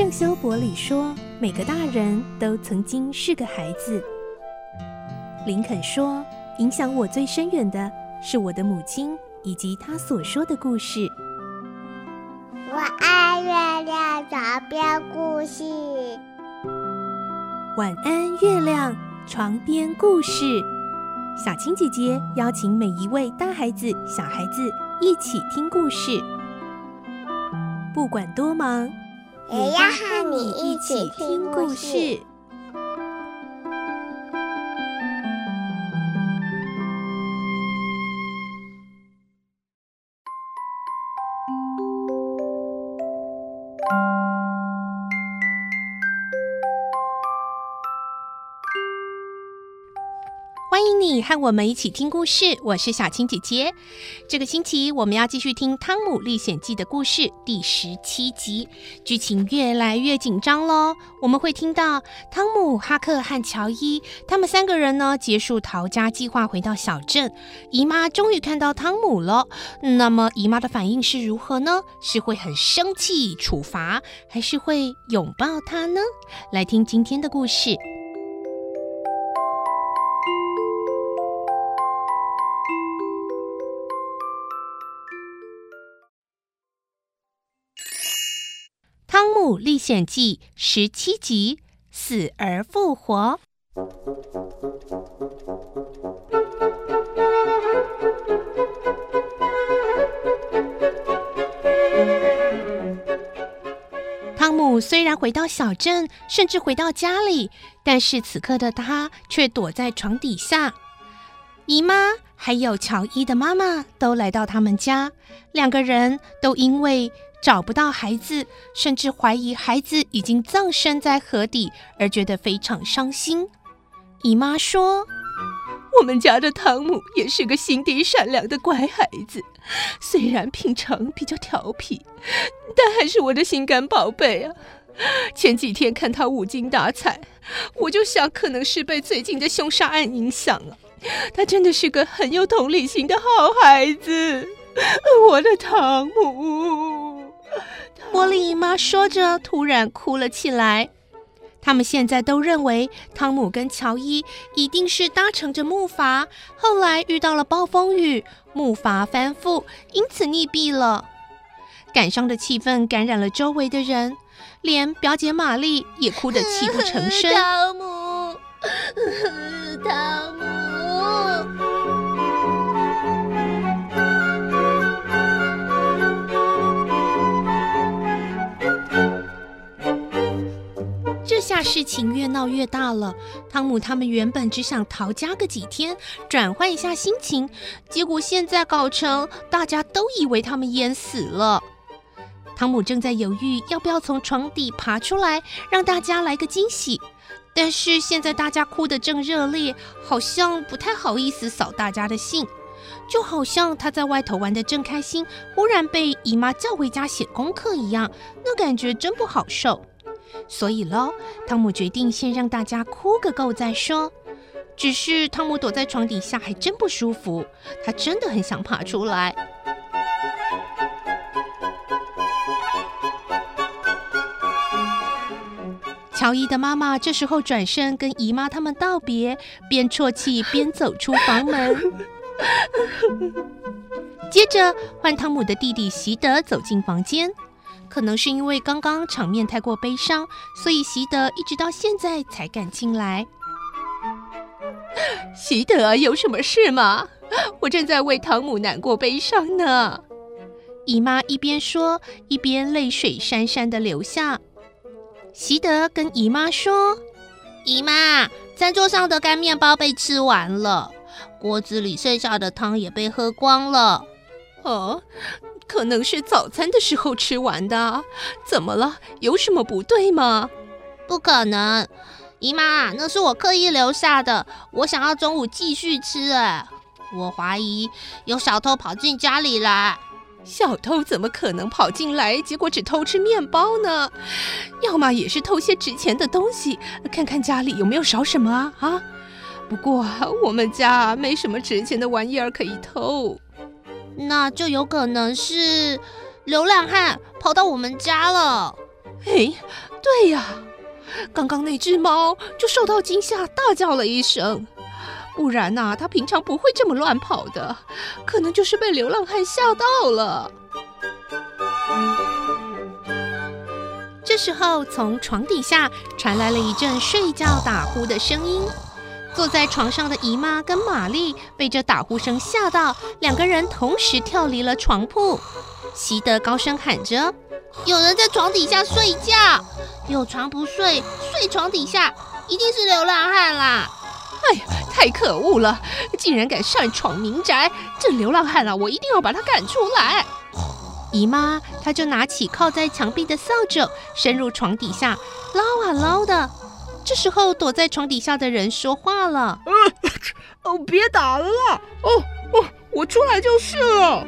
圣修伯里说，每个大人都曾经是个孩子。林肯说，影响我最深远的是我的母亲以及她所说的故事。 我爱月亮床边故事。 晚安，月亮床边故事。小青姐姐邀请每一位大孩子、小孩子一起听故事，不管多忙， 也要和你一起听故事。 欢迎你和我们一起听故事，我是小青姐姐。这个星期我们要继续听《汤姆历险记》的故事第17集，剧情越来越紧张咯。我们会听到汤姆、哈克和乔伊他们3个人呢结束逃家计划，回到小镇。姨妈终于看到汤姆了，那么姨妈的反应是如何呢？是会很生气处罚，还是会拥抱他呢？来听今天的故事。《汤姆历险记》17集，死而复活。汤姆虽然回到小镇，甚至回到家里，但是此刻的他却躲在床底下。姨妈还有乔伊的妈妈都来到他们家，2个人都因为找不到孩子，甚至怀疑孩子已经葬身在河底，而觉得非常伤心。姨妈说， 我们家的汤姆也是个心地善良的乖孩子，虽然平常比较调皮，但还是我的心肝宝贝啊。前几天看他无精打采，我就想可能是被最近的凶杀案影响了。他真的是个很有同理心的好孩子，我的汤姆。 波利姨妈说着突然哭了起来。他们现在都认为汤姆跟乔伊一定是搭乘着木筏，后来遇到了暴风雨，木筏翻覆，因此溺毙了。感伤的气氛感染了周围的人，连表姐玛丽也哭得泣不成声。 汤姆，汤姆。 这下事情越闹越大了。汤姆他们原本只想逃家个几天，转换一下心情，结果现在搞成大家都以为他们淹死了。汤姆正在犹豫要不要从床底爬出来，让大家来个惊喜。但是现在大家哭得正热烈，好像不太好意思扫大家的兴，就好像他在外头玩得正开心，忽然被姨妈叫回家写功课一样，那感觉真不好受。所以咯，汤姆决定先让大家哭个够再说。只是汤姆躲在床底下还真不舒服，他真的很想爬出来。乔伊的妈妈这时候转身跟姨妈他们道别，边啜泣边走出房门。接着换汤姆的弟弟席德走进房间。可能是因为刚刚场面太过悲伤，所以席德一直到现在才敢进来。 席德，有什么事吗？我正在为汤姆难过悲伤呢。 姨妈一边说，一边泪水潸潸地流下。席德跟姨妈说， 姨妈，餐桌上的干面包被吃完了，锅子里剩下的汤也被喝光了。 哦，可能是早餐的时候吃完的。怎么了？有什么不对吗？ 不可能，姨妈，那是我刻意留下的，我想要中午继续吃。我怀疑有小偷跑进家里来。 小偷怎么可能跑进来，结果只偷吃面包呢？要么也是偷些值钱的东西，看看家里有没有少什么啊？不过我们家没什么值钱的玩意儿可以偷。 那就有可能是流浪汉跑到我们家了。 哎， 对呀，刚刚那只猫就受到惊吓，大叫了一声。不然啊，它平常不会这么乱跑的，可能就是被流浪汉吓到了。 这时候，从床底下传来了一阵睡觉打呼的声音。坐在床上的姨妈跟玛丽被这打呼声吓到，两个人同时跳离了床铺。席德高声喊着：“ 有人在床底下睡觉，有床不睡，睡床底下，一定是流浪汉啦！” 哎呀，太可恶了！竟然敢擅闯民宅，这流浪汉啊，我一定要把他赶出来！ 姨妈她就拿起靠在墙壁的扫帚，深入床底下捞啊捞的。这时候，躲在床底下的人说话了：“ 别打了啦！我出来就是了。”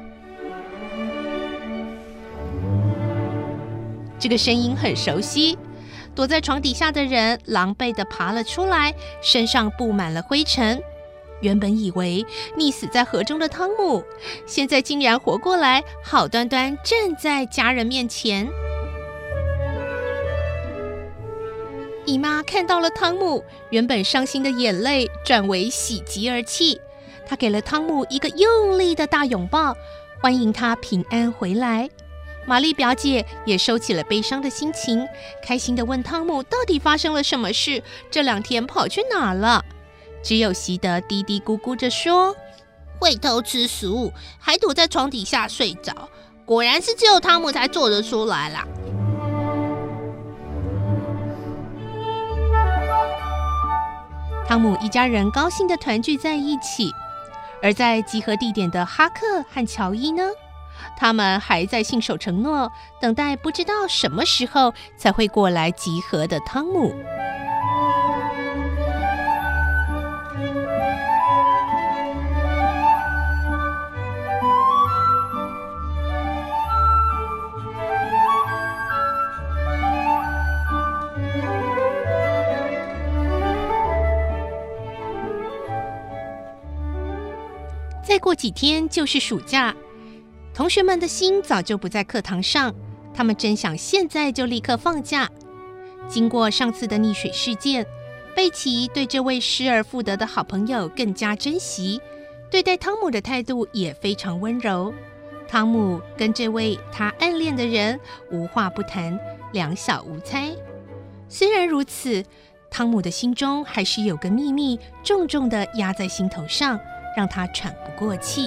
这个声音很熟悉。躲在床底下的人狼狈地爬了出来，身上布满了灰尘。原本以为溺死在河中的汤姆，现在竟然活过来，好端端站在家人面前。姨妈看到了汤姆，原本伤心的眼泪转为喜极而泣。她给了汤姆一个用力的大拥抱，欢迎他平安回来。玛丽表姐也收起了悲伤的心情，开心地问汤姆到底发生了什么事，这2天跑去哪了。只有席德嘀嘀咕咕着说：“ 会偷吃食物，还躲在床底下睡着，果然是只有汤姆才做得出来啦。” 汤姆一家人高兴地团聚在一起，而在集合地点的哈克和乔伊呢？他们还在信守承诺，等待不知道什么时候才会过来集合的汤姆。再过几天就是暑假，同学们的心早就不在课堂上，他们真想现在就立刻放假。经过上次的溺水事件，贝奇对这位失而复得的好朋友更加珍惜，对待汤姆的态度也非常温柔。汤姆跟这位他暗恋的人无话不谈，两小无猜。虽然如此，汤姆的心中还是有个秘密重重地压在心头上，让他喘不过气。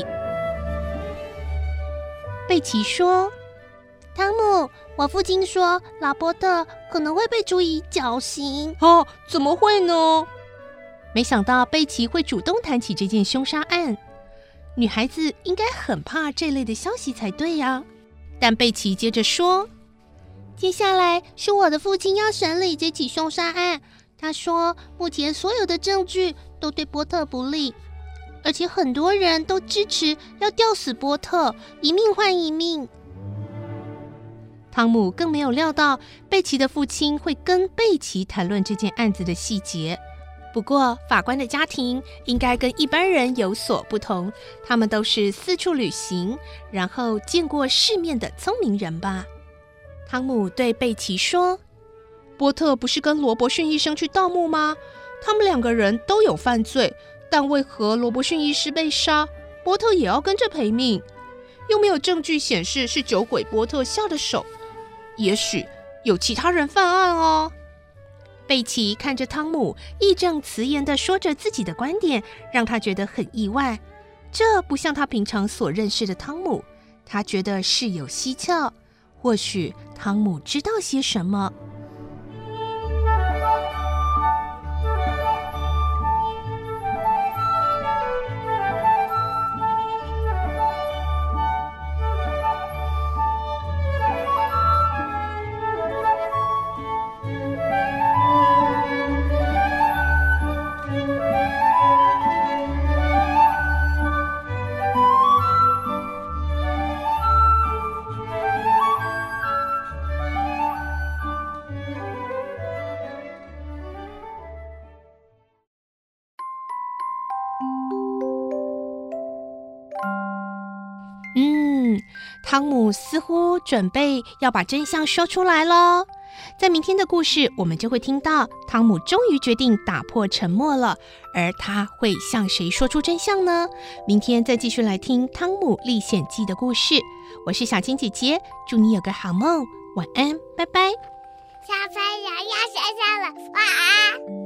贝奇说：“ 汤姆，我父亲说老伯特可能会被处以绞刑。” 怎么会呢？ 没想到贝奇会主动谈起这件凶杀案。女孩子应该很怕这类的消息才对呀。但贝奇接着说：“ 接下来是我的父亲要审理这起凶杀案。他说，目前所有的证据都对波特不利，而且很多人都支持要吊死波特，一命换一命。” 汤姆更没有料到贝奇的父亲会跟贝奇谈论这件案子的细节。不过法官的家庭应该跟一般人有所不同，他们都是四处旅行，然后见过世面的聪明人吧。汤姆对贝奇说：“ 波特不是跟罗伯逊医生去盗墓吗？他们2个人都有犯罪，但为何罗伯逊医师被杀，波特也要跟着赔命？又没有证据显示是酒鬼波特下的手，也许有其他人犯案哦。” 贝奇看着汤姆，义正辞严地说着自己的观点，让他觉得很意外。这不像他平常所认识的汤姆，他觉得事有蹊跷，或许汤姆知道些什么。汤姆似乎准备要把真相说出来了。 在明天的故事，我们就会听到汤姆终于决定打破沉默了，而他会向谁说出真相呢？明天再继续来听《汤姆历险记》的故事。我是小青姐姐，祝你有个好梦，晚安，拜拜。 小朋友要睡觉了，晚安。